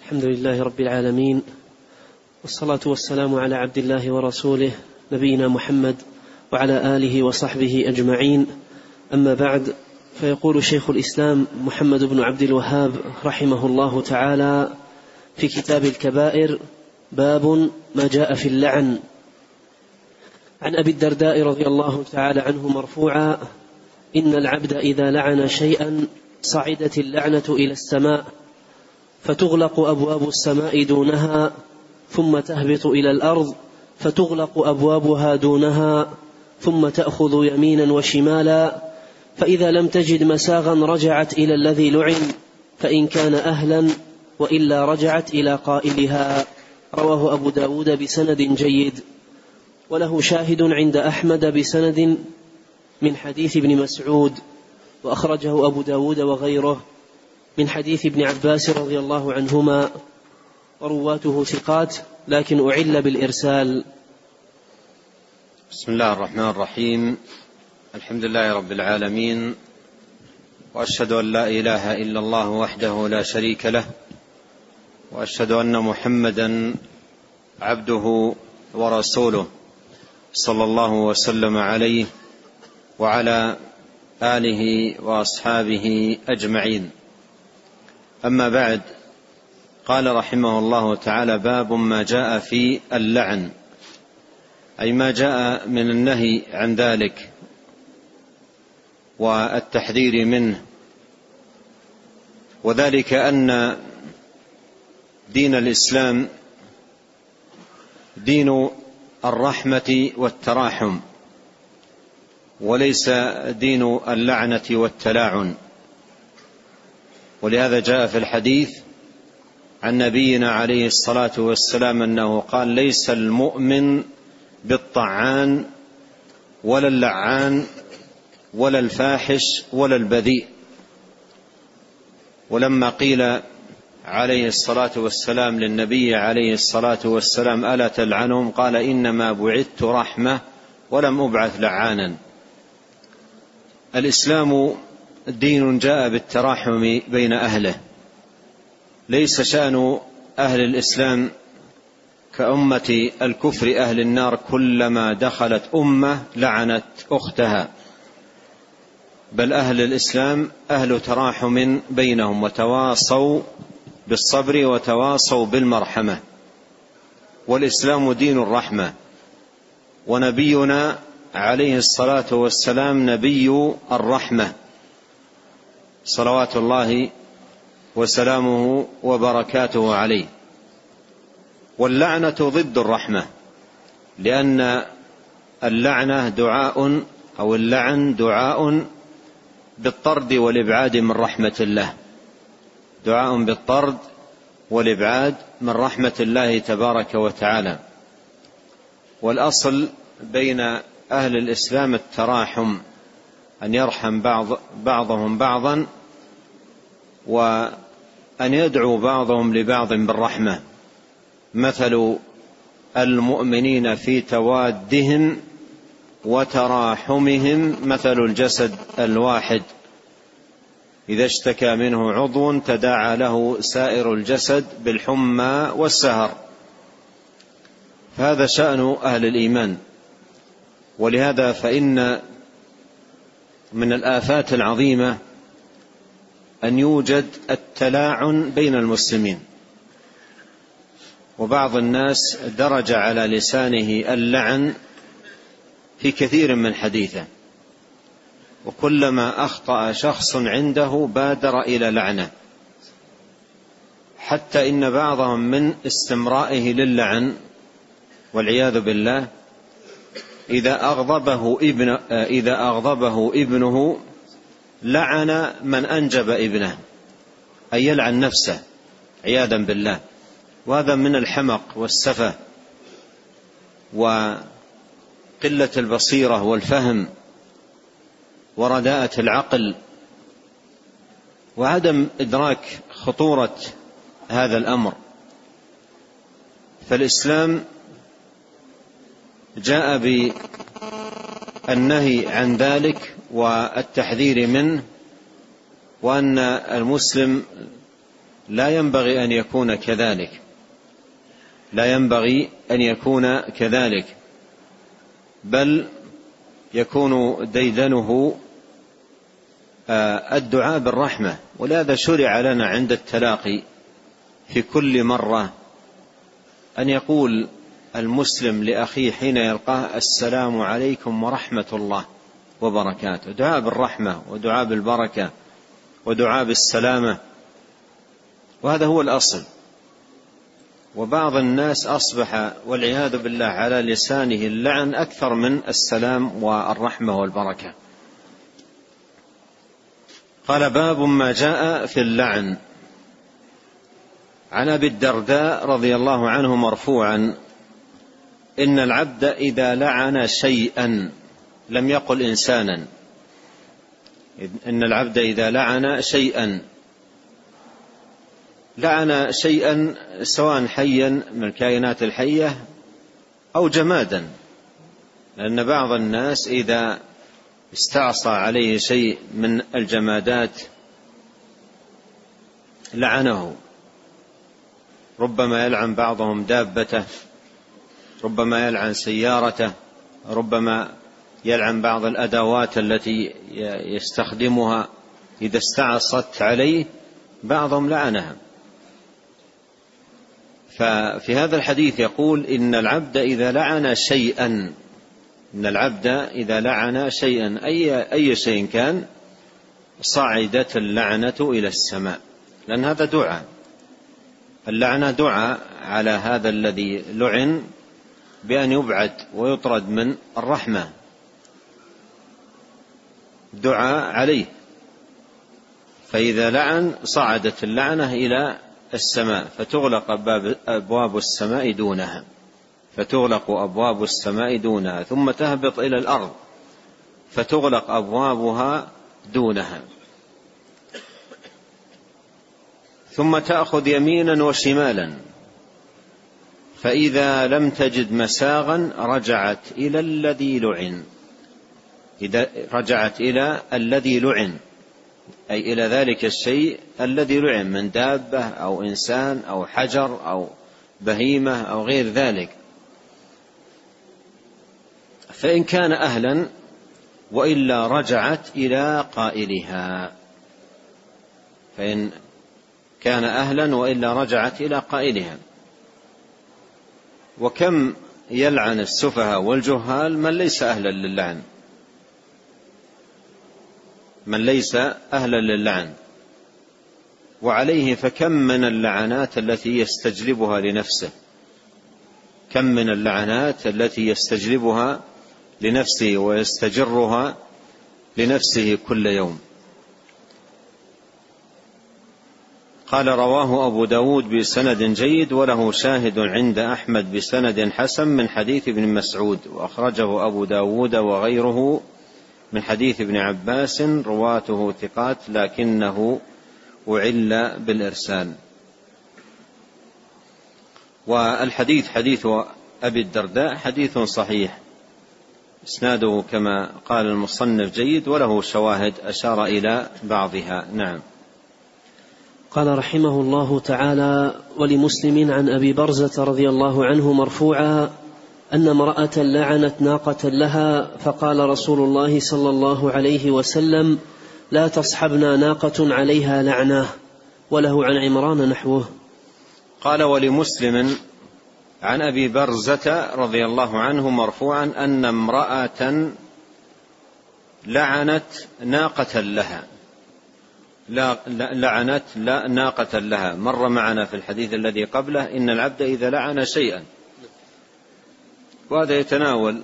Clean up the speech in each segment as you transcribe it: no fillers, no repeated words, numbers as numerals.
الحمد لله رب العالمين، والصلاة والسلام على عبد الله ورسوله نبينا محمد وعلى آله وصحبه أجمعين. أما بعد، فيقول شيخ الإسلام محمد بن عبد الوهاب رحمه الله تعالى في كتاب الكبائر: باب ما جاء في اللعن. عن أبي الدرداء رضي الله تعالى عنه مرفوعا: إن العبد إذا لعن شيئا صعدت اللعنة إلى السماء، فتغلق أبواب السماء دونها، ثم تهبط إلى الأرض فتغلق أبوابها دونها، ثم تأخذ يمينا وشمالا، فإذا لم تجد مساغا رجعت إلى الذي لعن فإن كان أهلا، وإلا رجعت إلى قائلها. رواه أبو داود بسند جيد، وله شاهد عند أحمد بسند من حديث ابن مسعود، وأخرجه أبو داود وغيره من حديث ابن عباس رضي الله عنهما، ورواته ثقات لكن أعل بالإرسال. بسم الله الرحمن الرحيم. الحمد لله رب العالمين، وأشهد أن لا إله إلا الله وحده لا شريك له، وأشهد أن محمدا عبده ورسوله، صلى الله وسلم عليه وعلى آله وأصحابه أجمعين. أما بعد، قال رحمه الله تعالى: باب ما جاء في اللعن، أي ما جاء من النهي عن ذلك والتحذير منه، وذلك أن دين الإسلام دين الرحمة والتراحم، وليس دين اللعنة والتلاعن. ولهذا جاء في الحديث عن نبينا عليه الصلاة والسلام أنه قال: ليس المؤمن بالطعان ولا اللعان ولا الفاحش ولا البذيء. ولما قيل عليه الصلاة والسلام للنبي عليه الصلاة والسلام: ألا تلعنهم؟ قال: إنما بعثت رحمة ولم أبعث لعانا. الإسلام دين جاء بالتراحم بين أهله، ليس شأن أهل الإسلام كأمة الكفر أهل النار كلما دخلت أمة لعنت أختها، بل أهل الإسلام أهل تراحم بينهم، وتواصوا بالصبر وتواصوا بالمرحمة. والإسلام دين الرحمة، ونبينا عليه الصلاة والسلام نبي الرحمة، صلوات الله وسلامه وبركاته عليه. واللعنة ضد الرحمة، لأن اللعنة دعاء، أو اللعن دعاء بالطرد والإبعاد من رحمة الله، دعاء بالطرد والإبعاد من رحمة الله تبارك وتعالى. والأصل بين أهل الإسلام التراحم، أن يرحم بعضهم بعضا، وأن يدعو بعضهم لبعض بالرحمة. مثل المؤمنين في توادهم وتراحمهم مثل الجسد الواحد، إذا اشتكى منه عضو تداعى له سائر الجسد بالحمى والسهر. فهذا شأن أهل الإيمان. ولهذا فإن من الآفات العظيمة أن يوجد التلاعن بين المسلمين، وبعض الناس درج على لسانه اللعن في كثير من حديثه، وكلما أخطأ شخص عنده بادر إلى لعنه، حتى إن بعضهم من استمرائه للعن والعياذ بالله إذا أغضبه ابنه لعن من أنجب ابنه، أي يلعن نفسه عياذا بالله. وهذا من الحمق والسفه وقلة البصيرة والفهم ورداءة العقل وعدم إدراك خطورة هذا الأمر. فالإسلام جاء بالنهي عن ذلك والتحذير منه، وأن المسلم لا ينبغي أن يكون كذلك، لا ينبغي أن يكون كذلك، بل يكون ديدنه الدعاء بالرحمة. ولهذا شرع لنا عند التلاقي في كل مرة أن يقول المسلم لأخيه حين يلقاه: السلام عليكم ورحمة الله وبركاته. دعاء بالرحمة ودعاء بالبركة ودعاء بالسلامة، وهذا هو الأصل. وبعض الناس أصبح والعياذ بالله على لسانه اللعن أكثر من السلام والرحمة والبركة. قال: باب ما جاء في اللعن. عن أبي الدرداء رضي الله عنه مرفوعا: إن العبد إذا لعن شيئا، لم يقل إنسانا، إن العبد إذا لعن شيئا، لعن شيئا سواء حيا من الكائنات الحية أو جمادا، لأن بعض الناس إذا استعصى عليه شيء من الجمادات لعنه. ربما يلعن بعضهم دابته، ربما يلعن سيارته، ربما يلعن بعض الأدوات التي يستخدمها إذا استعصت عليه بعضهم لعنها. ففي هذا الحديث يقول: إن العبد إذا لعن شيئا، إن العبد إذا لعن شيئا أي شيء كان، صعدت اللعنة إلى السماء، لأن هذا دعاء. اللعنة دعاء على هذا الذي لعن بأن يبعد ويطرد من الرحمة، دعاء عليه. فإذا لعن صعدت اللعنة إلى السماء، فتغلق أبواب السماء دونها، فتغلق أبواب السماء دونها، ثم تهبط إلى الأرض فتغلق أبوابها دونها، ثم تأخذ يمينا وشمالا، فإذا لم تجد مساغا رجعت إلى الذي لعن. إذا رجعت إلى الذي لعن، أي إلى ذلك الشيء الذي لعن من دابة أو إنسان أو حجر أو بهيمة أو غير ذلك. فإن كان أهلا وإلا رجعت إلى قائلها، فإن كان أهلا وإلا رجعت إلى قائلها. وكم يلعن السفهاء والجهال من ليس أهلا للعن، من ليس أهلا للعن. وعليه فكم من اللعنات التي يستجلبها لنفسه، كم من اللعنات التي يستجلبها لنفسه ويستجرها لنفسه كل يوم. قال: رواه أبو داود بسند جيد، وله شاهد عند أحمد بسند حسن من حديث ابن مسعود، وأخرجه أبو داود وغيره من حديث ابن عباس، رواته ثقات لكنه أعل بالإرسال. والحديث حديث أبي الدرداء حديث صحيح، إسناده كما قال المصنف جيد، وله شواهد أشار إلى بعضها. نعم. قال رحمه الله تعالى: ولمسلم عن أبي برزة رضي الله عنه مرفوعا أن امرأة لعنت ناقة لها، فقال رسول الله صلى الله عليه وسلم: لا تصحبنا ناقة عليها لعنة. وله عن عمران نحوه. قال: ولمسلم عن أبي برزة رضي الله عنه مرفوعا أن امرأة لعنت ناقة لها، لعنت ناقة لها. مر معنا في الحديث الذي قبله إن العبد إذا لعن شيئا، وهذا يتناول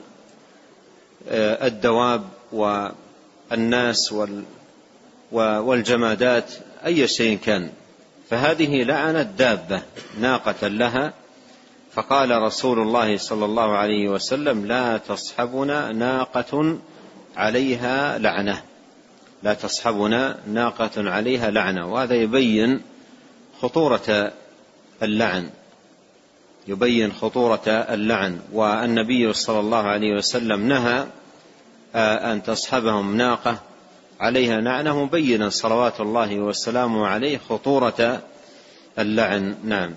الدواب والناس والجمادات أي شيء كان. فهذه لعنت دابة ناقة لها، فقال رسول الله صلى الله عليه وسلم: لا تصحبنا ناقة عليها لعنة، لا تصحبنا ناقة عليها لعنة. وهذا يبين خطورة اللعن، يبين خطورة اللعن. والنبي صلى الله عليه وسلم نهى أن تصحبهم ناقة عليها لعنة، مبينا صلوات الله وسلامه عليه خطورة اللعن. نعم.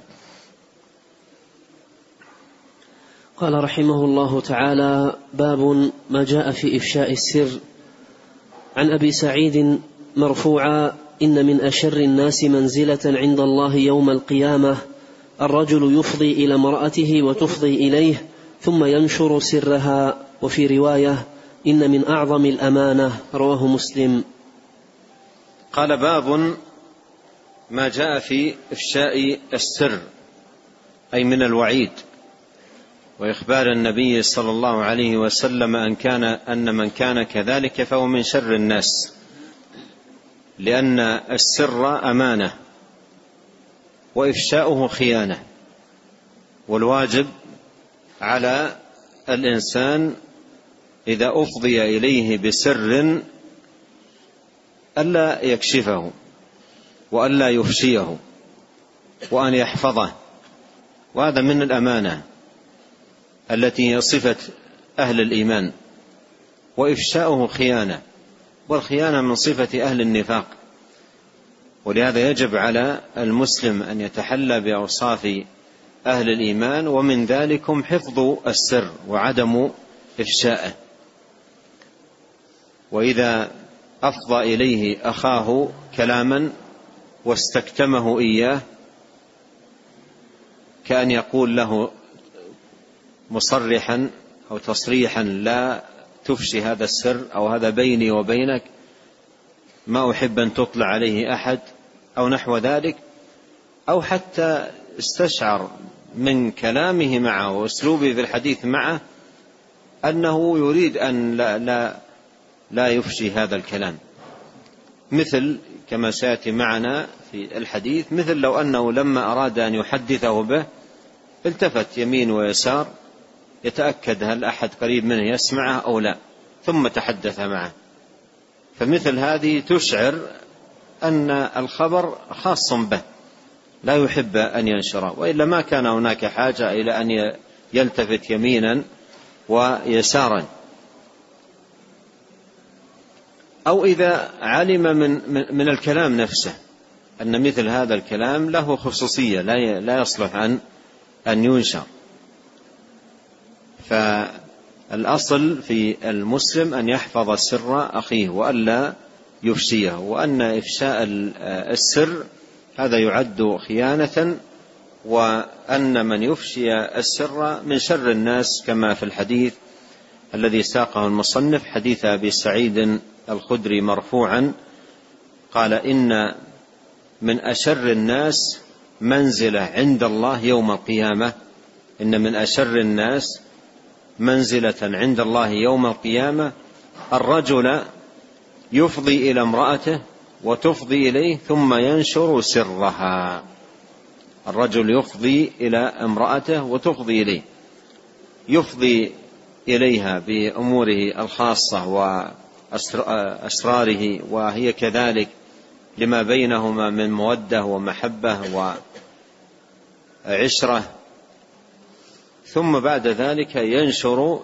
قال رحمه الله تعالى: باب ما جاء في إفشاء السر. عن أبي سعيد مرفوعا: إن من أشر الناس منزلة عند الله يوم القيامة الرجل يفضي إلى امرأته وتفضي إليه ثم ينشر سرها. وفي رواية: إن من أعظم الأمانة. رواه مسلم. قال: باب ما جاء في إفشاء السر، أي من الوعيد وإخبار النبي صلى الله عليه وسلم أن من كان كذلك فهو من شر الناس، لأن السر أمانة وإفشاؤه خيانة، والواجب على الإنسان إذا أفضي إليه بسر ألا يكشفه وألا يفشيه وأن يحفظه، وهذا من الأمانة التي هي صفة أهل الإيمان. وإفشاؤه خيانة، والخيانة من صفة أهل النفاق، ولهذا يجب على المسلم أن يتحلى بأوصاف أهل الإيمان، ومن ذلكم حفظ السر وعدم إفشاءه. وإذا أفضى إليه أخاه كلاما واستكتمه إياه، كأن يقول له مصرحا أو تصريحا: لا تفشي هذا السر، أو هذا بيني وبينك، ما أحب أن تطلع عليه أحد، أو نحو ذلك، أو حتى استشعر من كلامه معه وأسلوبه في الحديث معه أنه يريد أن لا يفشي هذا الكلام، مثل كما سيأتي معنا في الحديث، مثل لو أنه لما أراد أن يحدثه به التفت يمين ويسار يتأكد هل أحد قريب منه يسمعه أو لا، ثم تحدث معه. فمثل هذه تشعر أن الخبر خاص به، لا يحب أن ينشره، وإلا ما كان هناك حاجة إلى أن يلتفت يمينا ويسارا. أو إذا علم من الكلام نفسه أن مثل هذا الكلام له خصوصية لا يصلح أن ينشر، فالأصل في المسلم أن يحفظ سر أخيه وألا يفشيه، وأن إفشاء السر هذا يعد خيانة، وأن من يفشي السر من شر الناس، كما في الحديث الذي ساقه المصنف، حديث أبي سعيد الخدري مرفوعا قال: إن من أشر الناس منزلة عند الله يوم القيامة، إن من أشر الناس منزلة عند الله يوم القيامة الرجل يفضي إلى امرأته وتفضي إليه ثم ينشر سرها. الرجل يفضي إلى امرأته وتفضي إليه، يفضي إليها بأموره الخاصة وأسراره، وهي كذلك لما بينهما من مودة ومحبة وعشرة، ثم بعد ذلك ينشر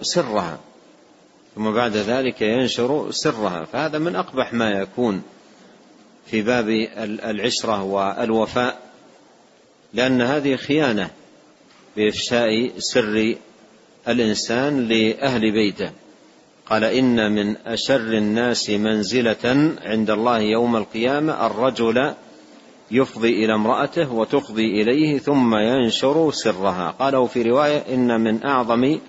سرها، فهذا من أقبح ما يكون في باب العشرة والوفاء، لأن هذه خيانة بإفشاء سر الإنسان لأهل بيته. قال: إن من أشر الناس منزلة عند الله يوم القيامة الرجل يفضي إلى امرأته وتفضي إليه ثم ينشر سرها. قالوا في رواية: إن من أعظم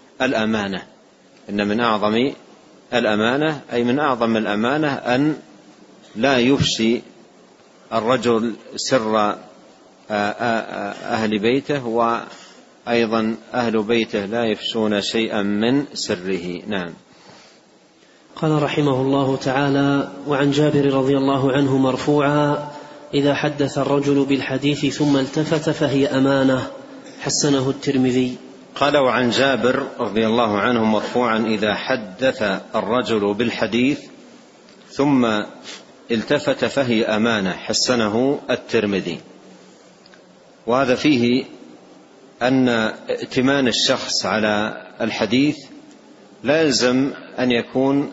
الأمانة، أي من أعظم الأمانة أن لا يفشي الرجل سر أهل بيته، وأيضا أهل بيته لا يفشون شيئا من سره. نعم. قال رحمه الله تعالى: وعن جابر رضي الله عنه مرفوعا: إذا حدث الرجل بالحديث ثم التفت فهي أمانة. حسنه الترمذي. قال: وعن جابر رضي الله عنه مرفوعا: إذا حدث الرجل بالحديث ثم التفت فهي أمانة. حسنه الترمذي. وهذا فيه أن ائتمان الشخص على الحديث لا يلزم أن يكون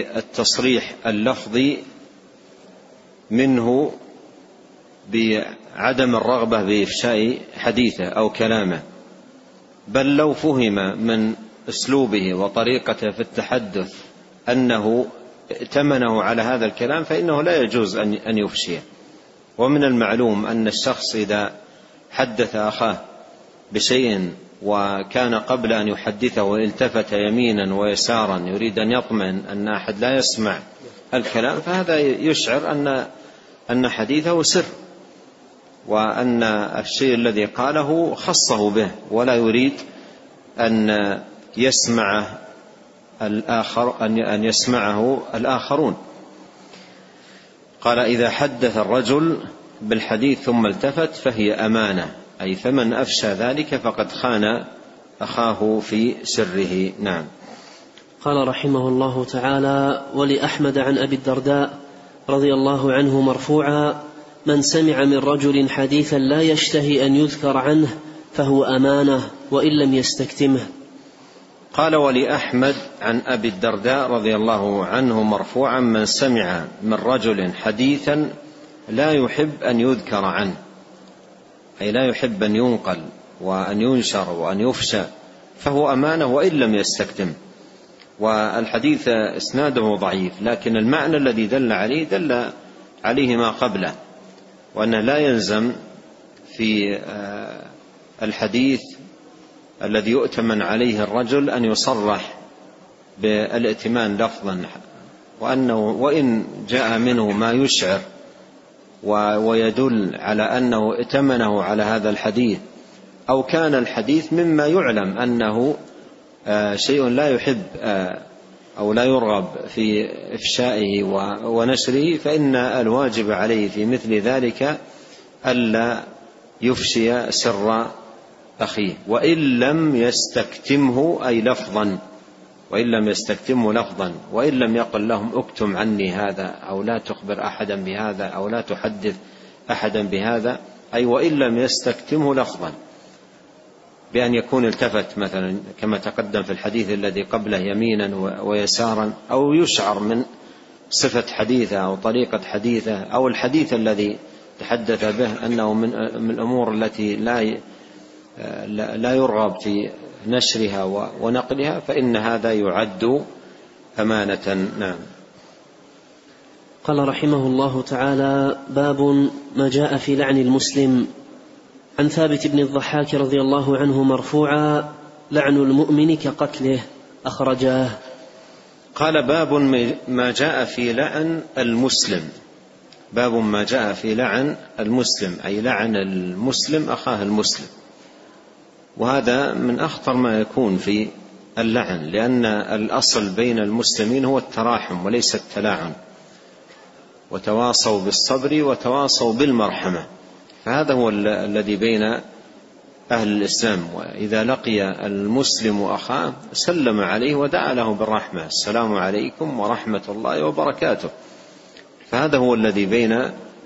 بالتصريح اللفظي منه عدم الرغبة بإفشاء حديثه أو كلامه، بل لو فهم من أسلوبه وطريقته في التحدث أنه ائتمنه على هذا الكلام فإنه لا يجوز أن يفشيه. ومن المعلوم أن الشخص إذا حدث أخاه بشيء وكان قبل أن يحدثه التفت يمينا ويسارا يريد أن يطمئن أن أحد لا يسمع الكلام، فهذا يشعر أن حديثه سر، وأن الشيء الذي قاله خصه به ولا يريد أن يسمعه الآخرون. قال: إذا حدث الرجل بالحديث ثم التفت فهي أمانة، أي فمن أفشى ذلك فقد خان أخاه في سره. نعم. قال رحمه الله تعالى: ولأحمد عن أبي الدرداء رضي الله عنه مرفوعا: من سمع من رجل حديثا لا يشتهي أن يذكر عنه فهو أمانة وإن لم يستكتمه. قال: ولأحمد عن أبي الدرداء رضي الله عنه مرفوعا: من سمع من رجل حديثا لا يحب أن يذكر عنه، أي لا يحب أن ينقل وأن ينشر وأن يفشى، فهو أمانة وإن لم يستكتم. والحديث إسناده ضعيف، لكن المعنى الذي دل عليه ما قبله، وأنه لا يلزم في الحديث الذي يؤتمن عليه الرجل أن يصرح بالائتمان لفظا، وأنه وإن جاء منه ما يشعر ويدل على أنه ائتمنه على هذا الحديث، أو كان الحديث مما يعلم أنه شيء لا يحب أو لا يرغب في إفشائه ونشره، فإن الواجب عليه في مثل ذلك ألا يفشي سر أخيه، وإن لم يستكتمه أي لفظا، وإن لم يستكتمه لفظا، وإن لم يقل لهم اكتم عني هذا، أو لا تخبر أحدا بهذا، أو لا تحدث أحدا بهذا، أي وإن لم يستكتمه لفظا، بأن يكون التفت مثلا كما تقدم في الحديث الذي قبله يمينا ويسارا، أو يشعر من صفة حديثه أو طريقة حديثه أو الحديث الذي تحدث به أنه من الأمور التي لا يرغب في نشرها ونقلها، فإن هذا يعد أمانة. نعم. قال رحمه الله تعالى: باب ما جاء في لعن المسلم. عن ثابت بن الضحاك رضي الله عنه مرفوعا: لعن المؤمن كقتله، أخرجاه. قال: باب ما جاء في لعن المسلم. باب ما جاء في لعن المسلم، أي لعن المسلم أخاه المسلم، وهذا من أخطر ما يكون في اللعن، لأن الأصل بين المسلمين هو التراحم وليس التلاعن، وتواصوا بالصبر وتواصوا بالمرحمة، فهذا هو الذي بين أهل الإسلام. وإذا لقي المسلم أخاه سلم عليه ودعا له بالرحمة: السلام عليكم ورحمة الله وبركاته. فهذا هو الذي بين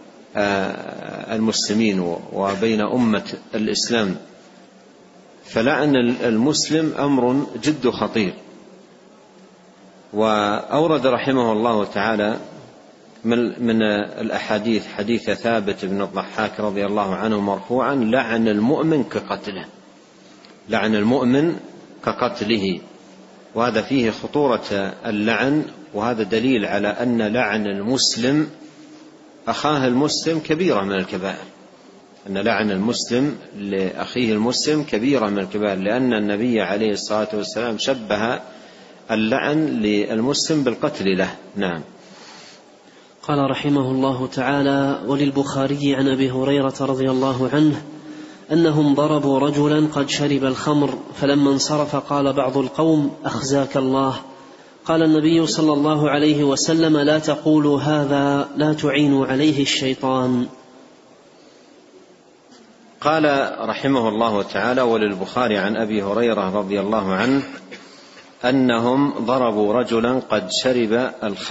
المسلمين وبين أمة الإسلام. فلعن المسلم أمر جد خطير. وأورد رحمه الله تعالى من الأحاديث حديث ثابت بن الضحاك رضي الله عنه مرفوعا: لعن المؤمن كقتله. لعن المؤمن كقتله، وهذا فيه خطورة اللعن، وهذا دليل على أن لعن المسلم أخاه المسلم كبيرة من الكبائر، أن لعن المسلم لأخيه المسلم كبيرة من الكبائر، لأن النبي عليه الصلاة والسلام شبه اللعن للمسلم بالقتل له. نعم. قال رحمه الله تعالى: وللبخاري عن أبي هريرة رضي الله عنه أنهم ضربوا رجلا قد شرب الخمر، فلما انصرف قال بعض القوم: أخزاك الله. قال النبي صلى الله عليه وسلم: لا تقولوا هذا، لا تعينوا عليه الشيطان. قال رحمه الله تعالى: وللبخاري عن أبي هريرة رضي الله عنه أنهم ضربوا رجلا قد شرب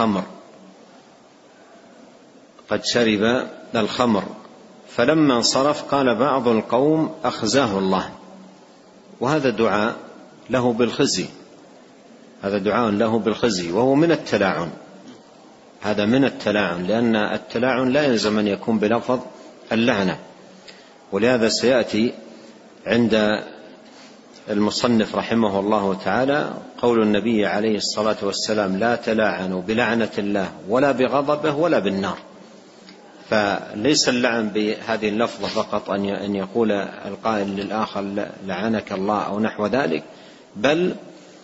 الخمر فلما انصرف قال بعض القوم: أخزاه الله. وهذا دعاء له بالخزي، هذا دعاء له بالخزي، وهو من التلاعن. هذا من التلاعن، لأن التلاعن لا يلزم أن يكون بلفظ اللعنة، ولهذا سيأتي عند المصنف رحمه الله تعالى قول النبي عليه الصلاة والسلام: لا تلاعنوا بلعنة الله ولا بغضبه ولا بالنار. فليس اللعن بهذه اللفظة فقط أن يقول القائل للآخر لعنك الله أو نحو ذلك، بل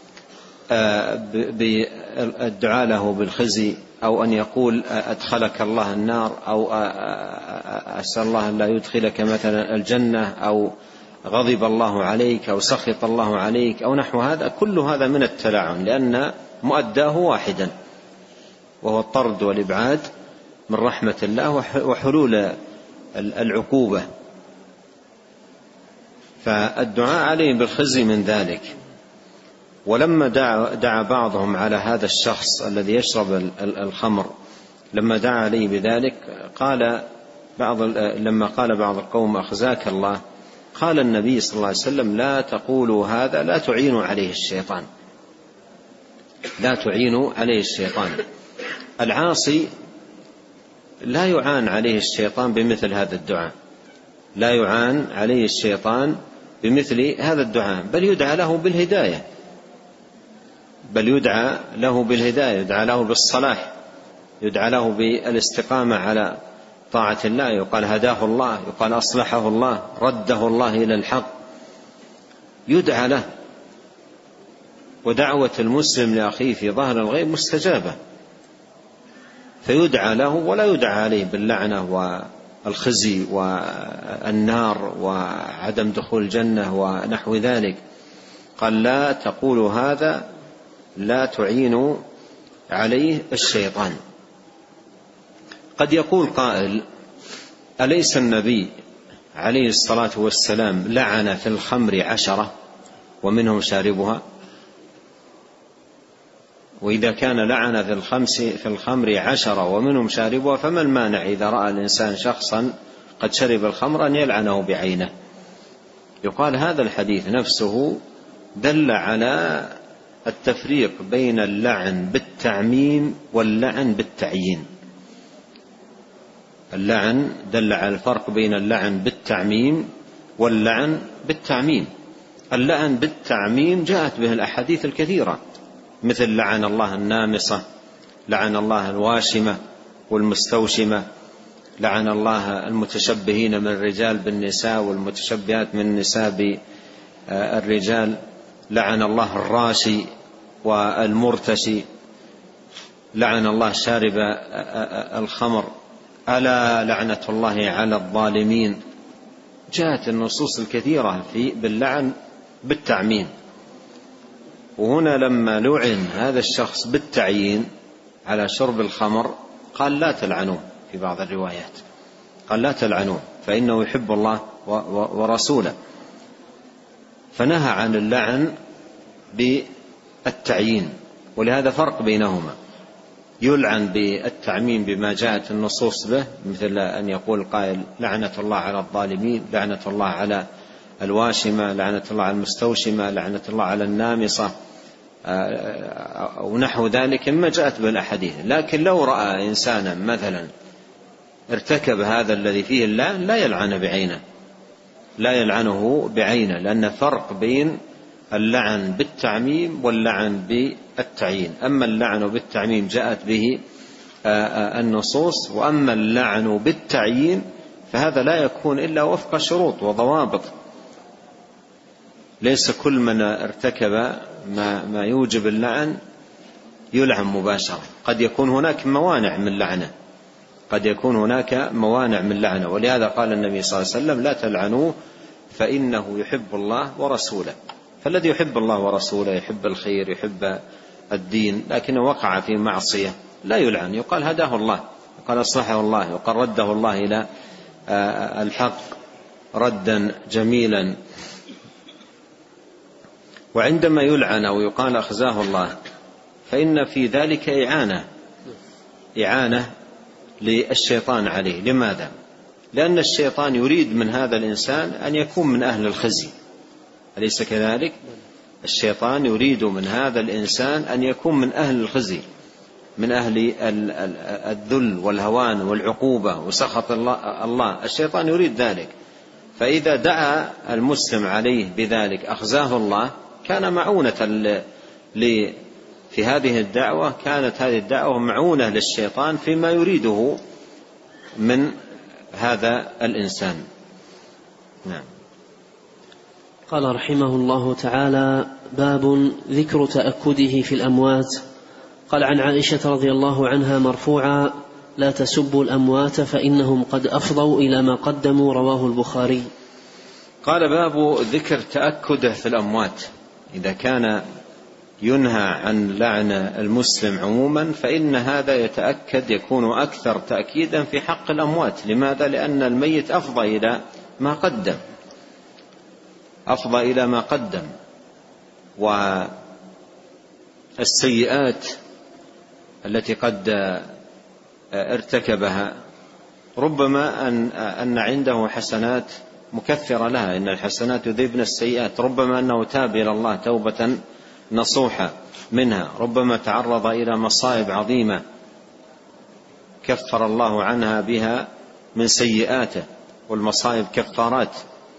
بالدعاء له بالخزي، أو أن يقول أدخلك الله النار، أو أسأل الله أن لا يدخلك مثلا الجنة، أو غضب الله عليك، أو سخط الله عليك، أو نحو هذا. كل هذا من التلاعن، لأن مؤداه واحدا، وهو الطرد والإبعاد من رحمة الله وحلول العقوبة. فالدعاء عليه بالخزي من ذلك. ولما دعا بعضهم على هذا الشخص الذي يشرب الخمر، لما دعا عليه بذلك لما قال بعض القوم أخزاك الله، قال النبي صلى الله عليه وسلم: لا تقولوا هذا، لا تعينوا عليه الشيطان، لا تعينوا عليه الشيطان. العاصي لا يعان عليه الشيطان بمثل هذا الدعاء، لا يعان عليه الشيطان بمثل هذا الدعاء، بل يدعى له بالهداية، يدعى له بالصلاح، يدعى له بالاستقامة على طاعة الله، يقال هداه الله، يقال أصلحه الله، رده الله إلى الحق، يدعى له. ودعوة المسلم لأخيه في ظهر الغيب مستجابة، فيدعى له ولا يدعى عليه باللعنة والخزي والنار وعدم دخول الجنة ونحو ذلك. قال: لا تقولوا هذا، لا تعينوا عليه الشيطان. قد يقول قائل: أليس النبي عليه الصلاة والسلام لعن في الخمر 10 ومنهم شاربها؟ وإذا كان لعن في الخمر 10 ومنهم شاربها، فما المانع إذا رأى الإنسان شخصا قد شرب الخمر أن يلعنه بعينه؟ يقال هذا الحديث نفسه دل على التفريق بين اللعن بالتعميم واللعن بالتعيين. اللعن دل على الفرق بين اللعن بالتعميم واللعن بالتعميم. اللعن بالتعميم جاءت به الأحاديث الكثيرة، مثل لعن الله النامصة، لعن الله الواشمة والمستوشمة، لعن الله المتشبهين من الرجال بالنساء والمتشبهات من النساء بالرجال، لعن الله الراشي والمرتشي، لعن الله شارب الخمر، ألا لعنة الله على الظالمين. جاءت النصوص الكثيرة باللعن بالتعميم. وهنا لما لعن هذا الشخص بالتعيين على شرب الخمر قال: لا تلعنوه. في بعض الروايات قال: لا تلعنوه فإنه يحب الله ورسوله. فنهى عن اللعن بالتعيين، ولهذا فرق بينهما. يلعن بالتعميم بما جاءت النصوص به، مثل أن يقول قائل: لعنة الله على الظالمين، لعنة الله على الواشمة، لعنة الله على المستوشمة، لعنة الله على النامصة، ونحو ذلك مما جاءت بالأحاديث. لكن لو رأى إنسانا مثلا ارتكب هذا الذي فيه اللعن، لا يلعنه بعينه، لا يلعنه بعينه، لأن فرق بين اللعن بالتعميم واللعن بالتعيين. أما اللعن بالتعميم جاءت به النصوص، وأما اللعن بالتعيين فهذا لا يكون إلا وفق شروط وضوابط. ليس كل من ارتكب ما يوجب اللعن يلعن مباشرة، قد يكون هناك موانع من لعنه، قد يكون هناك موانع من لعنه. ولهذا قال النبي صلى الله عليه وسلم: لا تلعنوه فإنه يحب الله ورسوله. فالذي يحب الله ورسوله يحب الخير، يحب الدين، لكنه وقع في معصية، لا يلعن، يقال هداه الله، يقال أصلحه الله، يقال رده الله إلى الحق ردا جميلا. وعندما يلعن أو يقال أخزاه الله، فإن في ذلك إعانة للشيطان عليه. لماذا؟ لأن الشيطان يريد من هذا الإنسان أن يكون من أهل الخزي، أليس كذلك؟ الشيطان يريد من هذا الإنسان أن يكون من أهل الخزي، من أهل الذل والهوان والعقوبة وسخط الله. الشيطان يريد ذلك، فإذا دعا المسلم عليه بذلك أخزاه الله كان معونة في هذه الدعوة، كانت هذه الدعوة معونة للشيطان فيما يريده من هذا الإنسان. نعم. قال رحمه الله تعالى: باب ذكر تأكده في الأموات. قال عن عائشة رضي الله عنها مرفوعا: لا تسبوا الأموات فإنهم قد أفضوا إلى ما قدموا. رواه البخاري. قال: باب ذكر تأكده في الأموات. إذا كان ينهى عن لعن المسلم عموما فإن هذا يتأكد، يكون أكثر تأكيدا في حق الأموات. لماذا؟ لأن الميت أفضى إلى ما قدم، أفضى إلى ما قدم، والسيئات التي قد ارتكبها ربما أن عنده حسنات مكثرة لها، إن الحسنات يذهبن السيئات. ربما أنه تاب إلى الله توبة نصوحة منها، ربما تعرض إلى مصائب عظيمة كفر الله عنها بها من سيئاته، والمصائب كفارات.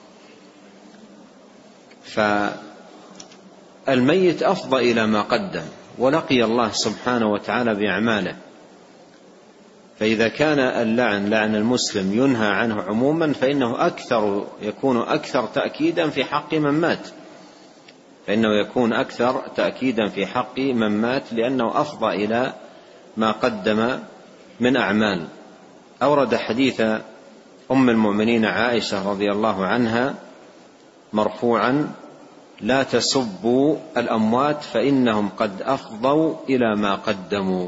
فالميت أفضى إلى ما قدم ولقي الله سبحانه وتعالى بأعماله. فإذا كان اللعن لعن المسلم ينهى عنه عموما فإنه يكون أكثر تأكيدا في حق من مات، فإنه يكون أكثر تأكيدا في حق من مات، لأنه أفضى إلى ما قدم من أعمال. أورد حديث أم المؤمنين عائشة رضي الله عنها مرفوعا: لا تسبوا الأموات فإنهم قد أفضوا إلى ما قدموا.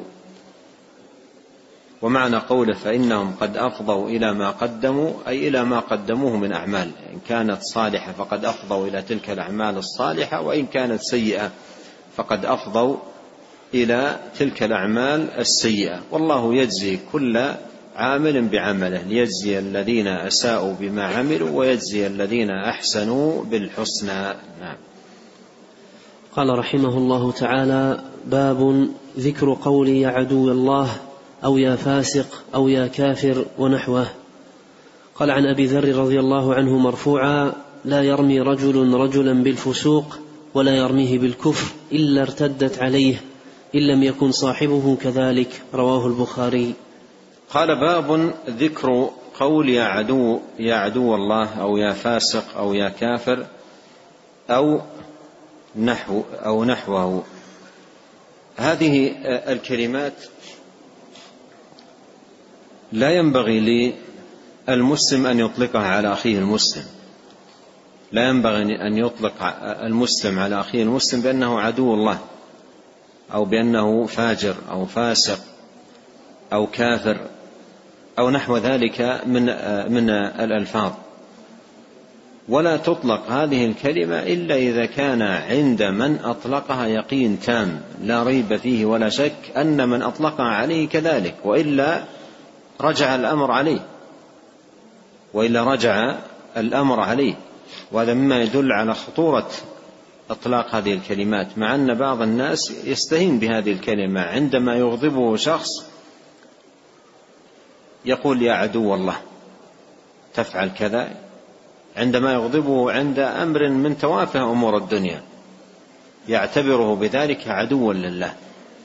ومعنى قوله فإنهم قد أفضوا إلى ما قدموا أي إلى ما قدموه من أعمال، إن كانت صالحة فقد أفضوا إلى تلك الأعمال الصالحة، وإن كانت سيئة فقد أفضوا إلى تلك الأعمال السيئة. والله يجزي كل عامل بعمله، ليجزي الذين أساءوا بما عملوا ويجزي الذين أحسنوا بالحسنى. نعم. قال رحمه الله تعالى: باب ذكر قول يا عدو الله أو يا فاسق أو يا كافر ونحوه. قال عن أبي ذر رضي الله عنه مرفوعا: لا يرمي رجل رجلا بالفسوق ولا يرميه بالكفر إلا ارتدت عليه إن لم يكن صاحبه كذلك. رواه البخاري. قال: باب ذكر قول يا عدو الله أو يا فاسق أو يا كافر أو نحوه. هذه الكلمات لا ينبغي للمسلم أن يطلقها على أخيه المسلم، لا ينبغي أن يطلق المسلم على أخيه المسلم بأنه عدو الله أو بأنه فاجر أو فاسق أو كافر أو نحو ذلك من الألفاظ. ولا تطلق هذه الكلمة إلا إذا كان عند من أطلقها يقين تام لا ريب فيه ولا شك أن من أطلقها عليه كذلك، وإلا رجع الأمر عليه. وهذا مما يدل على خطورة إطلاق هذه الكلمات، مع أن بعض الناس يستهين بهذه الكلمة. عندما يغضبه شخص يقول يا عدو الله تفعل كذا، عندما يغضبه عند أمر من توافه أمور الدنيا يعتبره بذلك عدوا لله.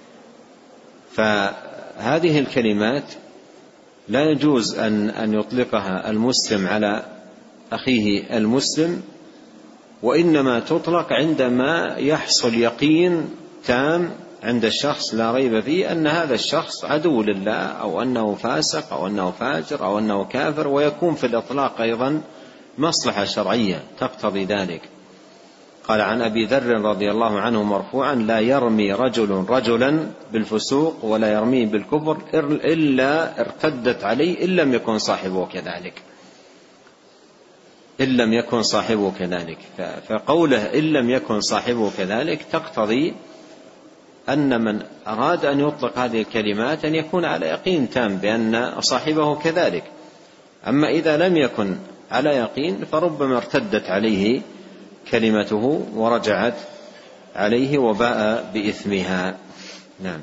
فهذه الكلمات لا يجوز أن يطلقها المسلم على أخيه المسلم، وإنما تطلق عندما يحصل يقين تام عند الشخص لا ريب فيه أن هذا الشخص عدو لله أو أنه فاسق أو أنه فاجر أو أنه كافر، ويكون في الإطلاق أيضا مصلحة شرعية تقتضي ذلك. قال عن أبي ذر رضي الله عنه مرفوعا: لا يرمي رجل رجلا بالفسوق ولا يرميه بالكفر إلا ارتدت عليه إن لم يكن صاحبه كذلك. فقوله إن لم يكن صاحبه كذلك تقتضي أن من أراد أن يطلق هذه الكلمات أن يكون على يقين تام بأن صاحبه كذلك. أما إذا لم يكن على يقين فربما ارتدت عليه كلمته ورجعت عليه وباء بإثمها. نعم.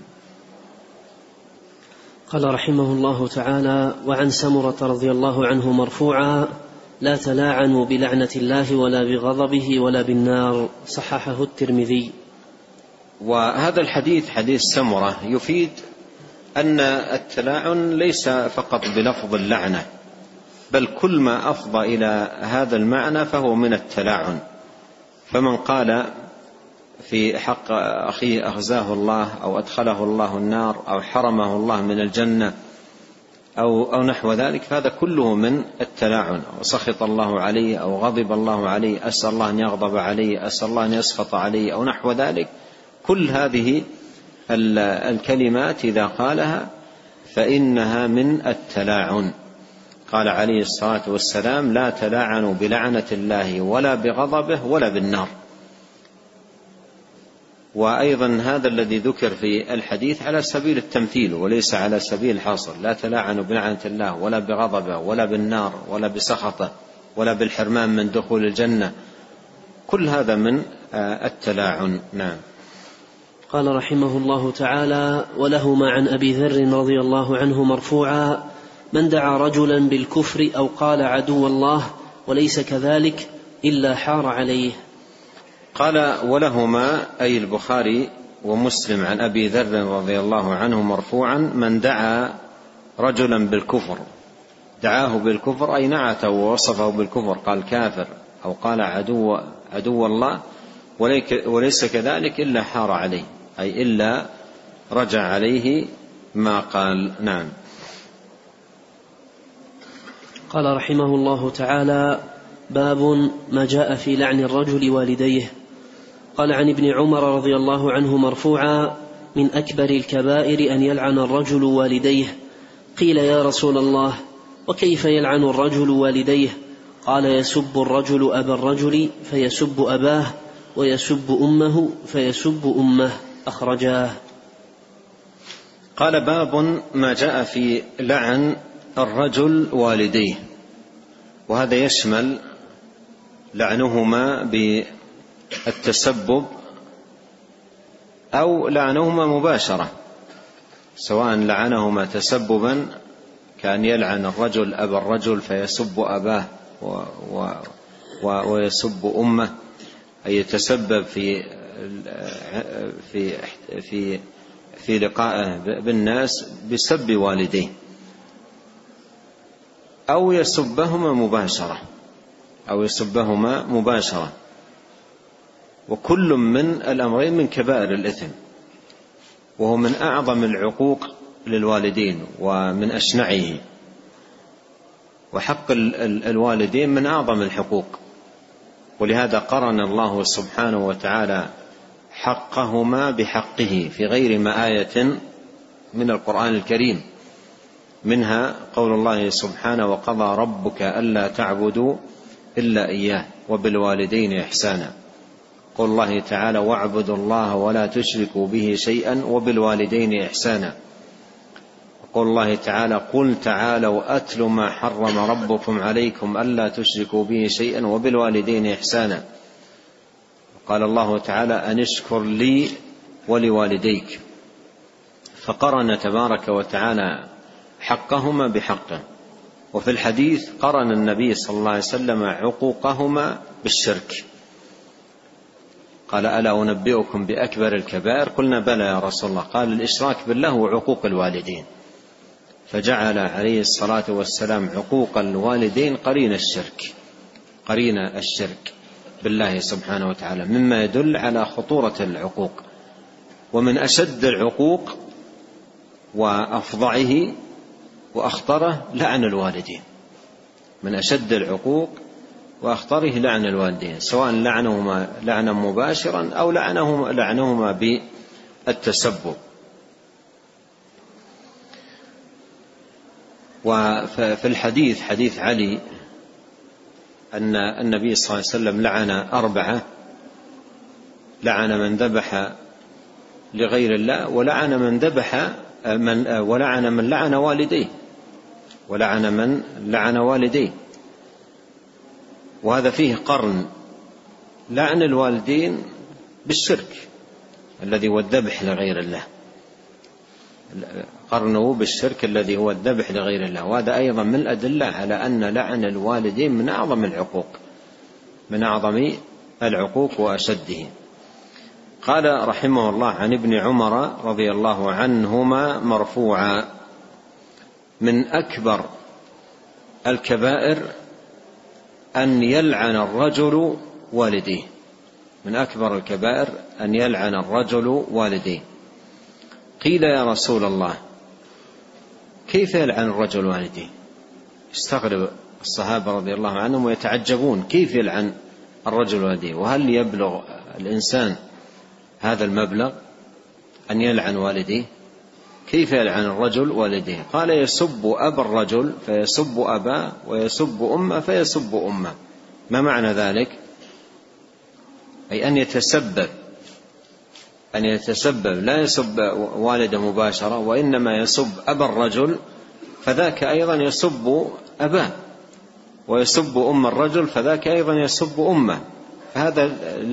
قال رحمه الله تعالى: وعن سمرة رضي الله عنه مرفوعا: لا تلاعنوا بلعنة الله ولا بغضبه ولا بالنار، صححه الترمذي. وهذا الحديث حديث سمرة يفيد أن التلاعن ليس فقط بلفظ اللعنة، بل كل ما أفضى إلى هذا المعنى فهو من التلاعن. فمن قال في حق أخيه أخزاه الله أو أدخله الله النار أو حرمه الله من الجنة أو نحو ذلك، فهذا كله من التلاعن. وسخط الله عليه أو غضب الله عليه، أسأل الله أن يغضب عليه، أسأل الله أن يسخط عليه أو نحو ذلك، كل هذه الكلمات إذا قالها فإنها من التلاعن. قال عليه الصلاة والسلام: لا تلاعنوا بلعنة الله ولا بغضبه ولا بالنار. وأيضا هذا الذي ذكر في الحديث على سبيل التمثيل وليس على سبيل الحصر. لا تلاعنوا بلعنة الله ولا بغضبه ولا بالنار ولا بسخطه ولا بالحرمان من دخول الجنة، كل هذا من التلاعن. نعم. قال رحمه الله تعالى: ولهما عن أبي ذر رضي الله عنه مرفوعا: من دعا رجلا بالكفر أو قال عدو الله وليس كذلك إلا حار عليه. قال: ولهما أي البخاري ومسلم عن أبي ذر رضي الله عنه مرفوعا: من دعا رجلا بالكفر، دعاه بالكفر أي نعته ووصفه بالكفر، قال كافر أو قال عدو الله وليس كذلك إلا حار عليه، أي إلا رجع عليه ما قال. نعم. قال رحمه الله تعالى: باب ما جاء في لعن الرجل والديه. قال عن ابن عمر رضي الله عنه مرفوعا: من أكبر الكبائر أن يلعن الرجل والديه. قيل: يا رسول الله، وكيف يلعن الرجل والديه؟ قال: يسب الرجل أبا الرجل فيسب أباه، ويسب أمه فيسب أمه. أخرجاه. قال: باب ما جاء في لعن الرجل والديه، وهذا يشمل لعنهما بالتسبب أو لعنهما مباشرة، سواء لعنهما تسببا كان يلعن الرجل أبا الرجل فيسب أباه ويسب أمه، أي يتسبب في لقائه بالناس بسب والديه، أو يسبهما مباشرة، وكل من الأمرين من كبائر الإثم، وهو من أعظم العقوق للوالدين ومن أشنعه، وحق الوالدين من أعظم الحقوق، ولهذا قرن الله سبحانه وتعالى حقهما بحقه في غير ما آية من القرآن الكريم، منها قول الله سبحانه: وقضى ربك ألا تعبدوا إلا إياه وبالوالدين إحسانا. قول الله تعالى: واعبدوا الله ولا تشركوا به شيئا وبالوالدين إحسانا. قول الله تعالى: قل تعالوا أتل ما حرم ربكم عليكم ألا تشركوا به شيئا وبالوالدين إحسانا. قال الله تعالى: أن اشكر لي ولوالديك. فقرن تبارك وتعالى حقهما بحقه. وفي الحديث قرن النبي صلى الله عليه وسلم عقوقهما بالشرك، قال: ألا أنبئكم بأكبر الكبائر؟ قلنا: بلى يا رسول الله. قال: الإشراك بالله وعقوق الوالدين. فجعل عليه الصلاة والسلام عقوق الوالدين قرين الشرك بالله سبحانه وتعالى، مما يدل على خطورة العقوق. ومن أشد العقوق وأفظعه وأخطره لعن الوالدين، من أشد العقوق وأخطره لعن الوالدين، سواء لعنهما لعنا مباشرا أو لعنهما بالتسبب. وفي الحديث حديث علي أن النبي صلى الله عليه وسلم لعن 4: لعن من ذبح لغير الله، ولعن من لعن والديه، وهذا فيه قرن لعن الوالدين بالشرك الذي هو الذبح لغير الله، قرنه بالشرك الذي هو الذبح لغير الله. وهذا أيضا من الأدلة على أن لعن الوالدين من أعظم العقوق وأشده. قال رحمه الله: عن ابن عمر رضي الله عنهما مرفوعا: من أكبر الكبائر أن يلعن الرجل والديه. من أكبر الكبائر أن يلعن الرجل والديه. قيل: يا رسول الله، كيف يلعن الرجل والديه؟ استغرب الصحابة رضي الله عنهم ويتعجبون: كيف يلعن الرجل والديه؟ وهل يبلغ الإنسان هذا المبلغ أن يلعن والديه؟ كيف يلعن الرجل والديه؟ قال: يسب أبا الرجل فيسب أباه، ويسب أمه فيسب أمه. ما معنى ذلك؟ أي أن يتسبب، لا يسب والده مباشرة، وإنما يسب أبا الرجل، فذاك أيضا يسب أباه، ويسب أم الرجل، فذاك أيضا يسب أمه. فهذا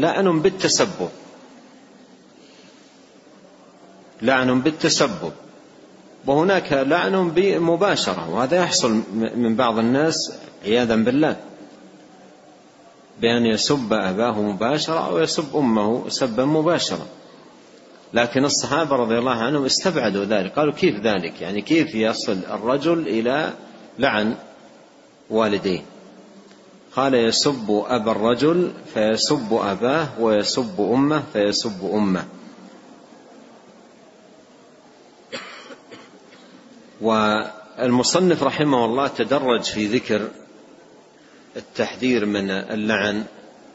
لعن بالتسبب، وهناك لعن بمباشرة، وهذا يحصل من بعض الناس عياذا بالله، بأن يسب أباه مباشرة أو يسب أمه سبا مباشرة. لكن الصحابة رضي الله عنهم استبعدوا ذلك، قالوا: كيف ذلك؟ يعني كيف يصل الرجل إلى لعن والديه؟ قال: يسب أبا الرجل فيسب أباه، ويسب أمه فيسب أمه. والمصنف رحمه الله تدرج في ذكر التحذير من اللعن،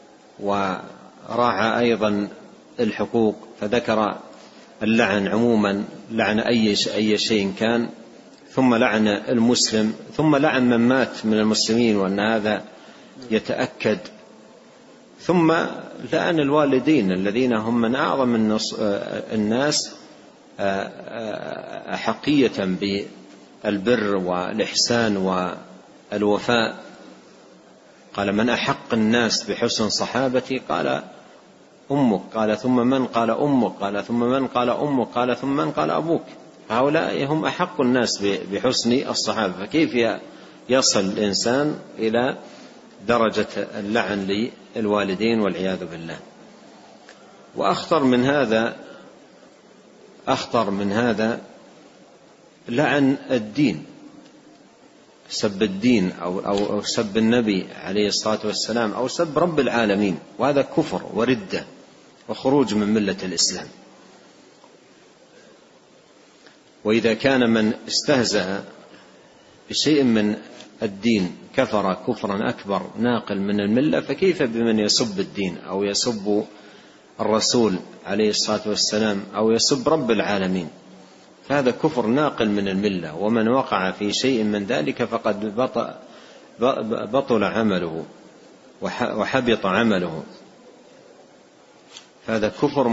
وراعى أيضا الحقوق، فذكر اللعن عموما، لعن أي شيء كان، ثم لعن المسلم، ثم لعن من مات من المسلمين وأن هذا يتأكد، ثم لعن الوالدين الذين هم من أعظم الناس أحقية بالبر والإحسان والوفاء. قال: من أحق الناس بحسن صحابتي؟ قال: أمك. قال: ثم من؟ قال: أمك. قال: ثم من؟ قال: أمك. قال: ثم من؟ قال: أبوك. هؤلاء هم أحق الناس بحسن الصحابة. فكيف يصل الإنسان إلى درجة اللعن للوالدين والعياذ بالله؟ وأخطر من هذا لعن الدين، سب الدين أو سب النبي عليه الصلاة والسلام، أو سب رب العالمين، وهذا كفر وردة وخروج من ملة الإسلام. وإذا كان من استهزأ بشيء من الدين كفر كفرا أكبر ناقل من الملة، فكيف بمن يسب الدين أو يسب الرسول عليه الصلاة والسلام أو يسب رب العالمين؟ هذا كفر ناقل من الملة، ومن وقع في شيء من ذلك فقد بطل عمله وحبط عمله. هذا كفر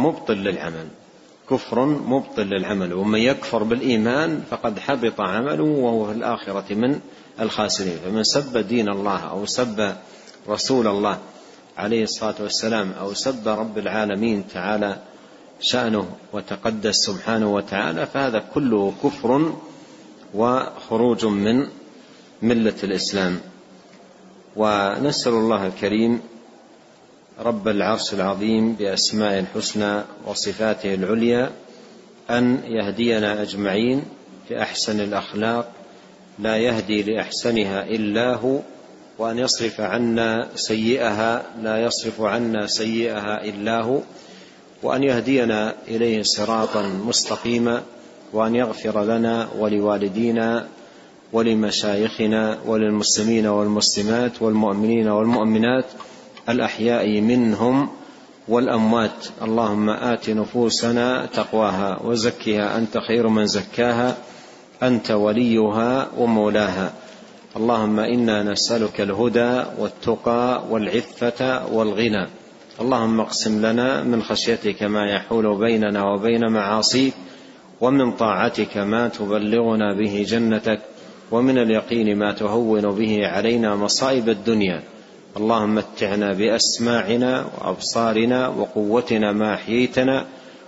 مبطل للعمل، ومن يكفر بالإيمان فقد حبط عمله وهو في الآخرة من الخاسرين. فمن سب دين الله أو سب رسول الله عليه الصلاة والسلام أو سب رب العالمين تعالى شأنه وتقدس سبحانه وتعالى، فهذا كله كفر وخروج من ملة الإسلام. ونسأل الله الكريم رب العرش العظيم بأسماء الحسنى وصفاته العليا أن يهدينا أجمعين لأحسن الأخلاق لا يهدي لأحسنها إلا هو، وأن يصرف عنا سيئها لا يصرف عنا سيئها إلا هو، وأن يهدينا إليه صراطا مستقيما، وأن يغفر لنا ولوالدينا ولمشايخنا وللمسلمين والمسلمات والمؤمنين والمؤمنات الأحياء منهم والأموات. اللهم آت نفوسنا تقواها وزكها أنت خير من زكاها أنت وليها ومولاها. اللهم إنا نسألك الهدى والتقى والعفة والغنى. اللهم اقسم لنا من خشيتك ما يحول بيننا وبين معاصيك، ومن طاعتك ما تبلغنا به جنتك، ومن اليقين ما تهون به علينا مصائب الدنيا. اللهم متعنا بأسماعنا وأبصارنا وقوتنا ما أحييتنا،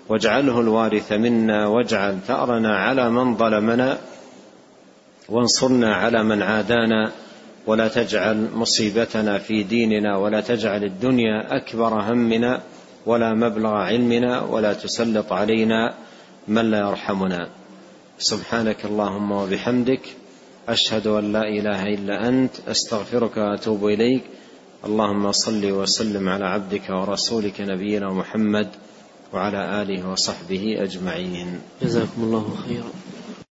واجعله الوارث منا، واجعل ثأرنا على من ظلمنا، وانصرنا على من عادانا، ولا تجعل مصيبتنا في ديننا، ولا تجعل الدنيا أكبر همنا ولا مبلغ علمنا، ولا تسلط علينا من لا يرحمنا. سبحانك اللهم وبحمدك، أشهد أن لا إله إلا أنت، أستغفرك وأتوب إليك. اللهم صل وسلم على عبدك ورسولك نبينا محمد وعلى آله وصحبه أجمعين. جزاكم الله خيرا.